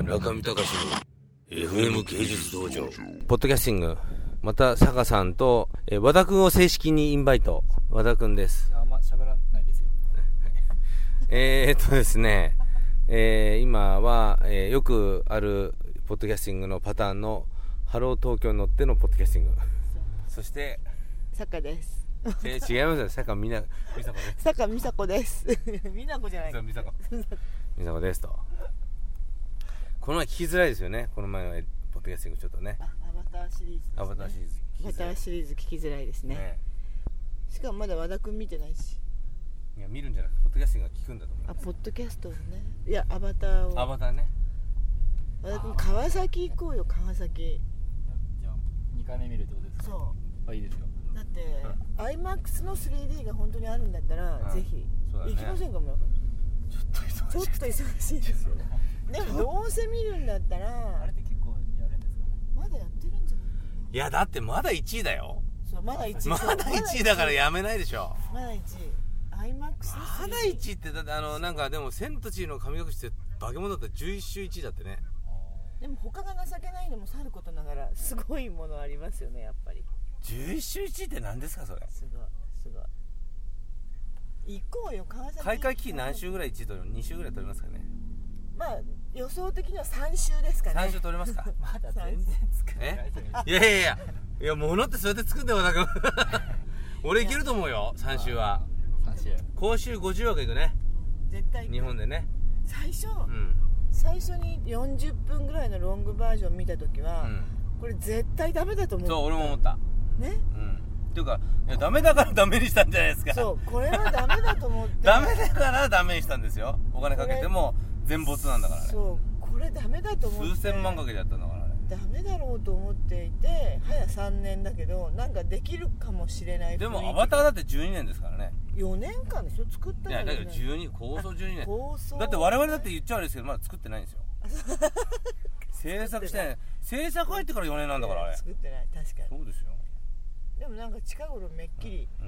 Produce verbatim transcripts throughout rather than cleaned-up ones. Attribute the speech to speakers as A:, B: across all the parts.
A: 中見隆の エフエム 芸術道場ポッドキャスティング、また坂さんと、えー、和田くんを正式にインバイト。和田くんです。
B: あんま喋らないですよ
A: えーっとですね、えー、今は、えー、よくあるポッドキャスティングのパターンのハロー東京に乗ってのポッドキャスティング。 そ, そして
C: 坂です。
A: えー、違いますよ。坂みなみさこです。
C: 坂みさこです。みなこじゃないか。
A: みさこみさこですと。この前聞きづらいですよね。この前のポッドキャスティングちょっとね。
C: あ、アバターシリーズですね。
A: アバターシリーズ
C: アバターシリーズ聞きづらいですね。ね、しかもまだ和田くん見てないし。
A: いや見るんじゃなくてポッドキャスティングが聞くんだと思う。
C: あ、ポッドキャストをね。いやアバターを。
A: アバターね。
C: 和田くん川崎行こうよ。川崎。
B: じゃあにかいめ見るってことですか。
C: そう。
B: あ、いいですよ。
C: だって、うん、アイマックス の スリーディー が本当にあるんだったら、うん、ぜひ、ね、行きませんか。村上
A: ちょっと忙しい。
C: ちょっと忙しいですよね。でもどうせ見るんだったら
B: あれって結構やるんですかね。
C: まだやってるんじゃない。
A: いやだってまだいちいだよ。
C: そうまだいちい。
A: まだいちいだからやめないでしょ。
C: まだいちい。アイマックス の スリーディー
A: まだいちいってだってあのなんかでも千と千尋の神隠しって化け物だったらじゅういっ週いちいだってね。
C: でも他が情けないのもさることながらすごいものありますよね。やっぱり
A: じゅういっ週いちいって何ですかそれ。
C: すごいすごい。行こうよ川崎。
A: 開会期何週ぐらいいちい取るの。に週ぐらい取りますかね。
C: まあ予想的にはさん週ですかね。
A: さん週取れますか。
B: まだ全然作れない。
A: いやいやいやいや物ってそうやって作ってもなんか俺いけると思うよ。さん週は
B: さん週
A: 講習ごじゅうわくいくね。
C: 絶対
A: 日本でね。
C: 最初、
A: うん、最
C: 初によんじゅっぷんぐらいのロングバージョン見たときは、うん、これ絶対ダメだと思う。
A: そう俺も思ったね。うんっていうかいやダメだからダメにしたんじゃないですか。
C: そうこれはダメだと思って
A: ダメだからダメにしたんですよ。お金かけても全没なんだからね。
C: そうこれダメだと思って
A: 数千万かけてやったんだからね。
C: ダメだろうと思っていて早さんねんだけどなんかできるかもしれない。
A: でもアバターだってじゅうにねんですからね。
C: よねんかんでしょ作ったの。
A: いやだけどじゅうに構想じゅうにねん
C: 構想
A: だって我々だって言っちゃうんですけどまだ作ってないんですよ。制作してない制作入ってからよねんなんだからあれ。
C: 作ってない確かに。
A: そうですよ。
C: でもなんか近頃めっきり、うん、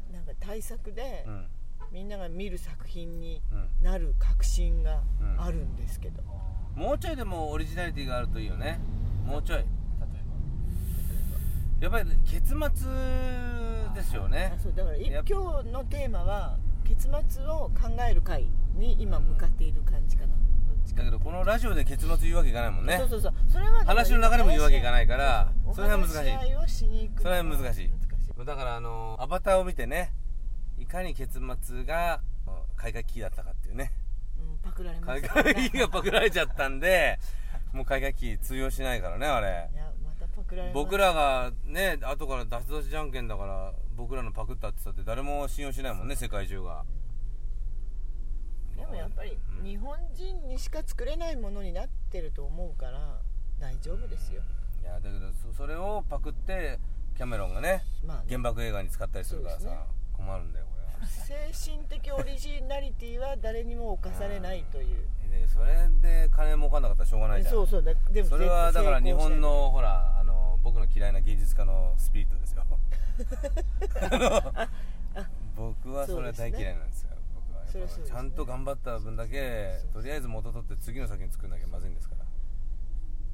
C: なんか対策で、うん、みんなが見る作品になる確信があるんですけど、
A: うん、もうちょいでもオリジナリティがあるといいよね。もうちょい。例えばやっぱり結末ですよね。
C: あそうだから今日のテーマは結末を考える会に今向かっている感じかな。
A: だけどこのラジオで結末言うわけいかないもんね。
C: そうそうそう。それは
A: 話の流れも言うわけいかないからそれは難しい。
C: し
A: それは難しい。だからあのアバターを見てねいかに結末が開会期だったかっていうね、
C: うん、パクられましたね。
A: 開会期がパクられちゃったんでもう開会期通用しないからねあれ。
C: いやまたパクられました。
A: 僕らがね後から出し出しじゃんけんだから僕らのパクったって言ったって誰も信用しないもんね世界中が。
C: でもやっぱり日本人にしか作れないものになってると思うから大丈夫ですよ。
A: いやだけど そ, それをパクってキャメロンがね、まあ、ね原爆映画に使ったりするからさ、ね、困るんだよこ
C: れ。精神的オリジナリティは誰にも侵されないという。
A: でそれで金儲かんなかったらしょうがないじゃん。
C: そうそう。でも
A: それはだから日本のほらあの僕の嫌いな芸術家のスピリットですよ。あのああ僕はそれは大嫌いなんですよ。
C: それそうですね、
A: ちゃんと頑張った分だけとりあえず元取って次の作品作んなきゃまずいんですから。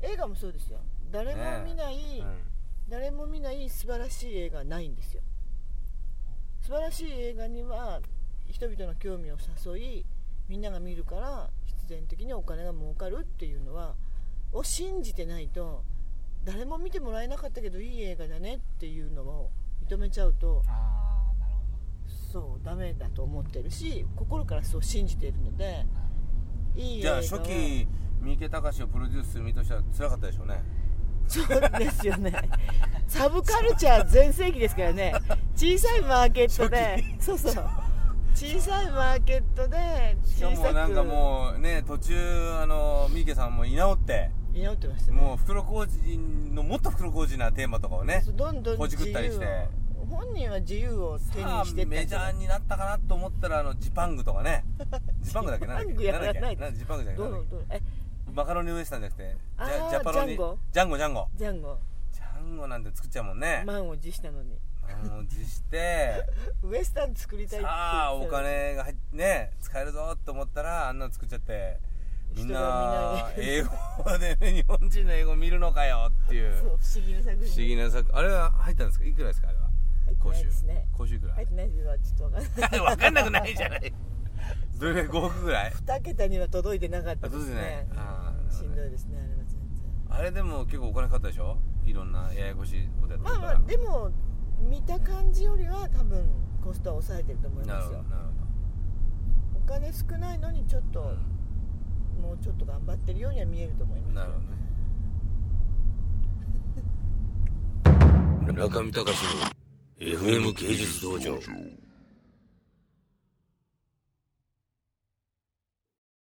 C: 映画もそうですよ。誰も見ない、ねうん、誰も見ない素晴らしい映画ないんですよ。素晴らしい映画には人々の興味を誘いみんなが見るから必然的にお金が儲かるっていうのはを信じてないと誰も見てもらえなかったけどいい映画だねっていうのを認めちゃうとそうダメだと思ってるし心からそう信じているのでいい映画は。
A: じゃあ初期三池崇史をプロデュースする身としては辛かったでしょうね。
C: そうですよね。サブカルチャー全盛期ですからね。小さいマーケットでそうそう小さいマーケットで小さく
A: しかもなんかもうね途中あの三池さんも居直って
C: 居直ってましたね。
A: もう袋小路のもっと袋小路なテーマとかをね
C: どんどん
A: ほじくったりして
C: 本人は自由を手にしてった。
A: メジャーになったかなと思ったらあのジパングとかねジパングだっけなんだっけ
C: ジパングやらない
A: なんだっけジパングじゃなくて
C: え
A: マカロニウエスタンじゃなくて
C: ジャ
A: ジャパロニ
C: ジャンゴ
A: ジャンゴジャンゴ
C: ジャンゴ
A: ジャンゴなんて作っちゃうもんね。
C: 満を持したのに
A: 満を持して
C: ウエスタン作りたいって
A: さあお金が入ってね使えるぞと思ったらあんなの作っちゃってみん
C: 人が
A: な
C: 見ない
A: 英語で日本人の英語見るのかよっていう
C: そう不思議な作品
A: 不思議な作あれは入ったんですか？いくらですかあれは？
C: 入ってないですね。
A: 講習いくら？
C: 入ってないけどちょっとわかんない
A: 分かんなくないじゃないどれぐらいごおくぐらい？
C: に桁には届いてなかったです
A: 届いてない
C: ね。
A: あー
C: うんしんどいですねあれは全然。
A: あれでも結構お金かかったでしょ？いろんなややこしいことやってるから。
C: まあまあでも見た感じよりは多分コストは抑えてると思い
A: なる
C: ますよ。
A: ほどなるほ
C: お金少ないのにちょっと、
A: ど、うん
C: もうちょっと頑張ってるようには見えると思います。
A: なるほどね。中見隆の エフエム 芸術道場。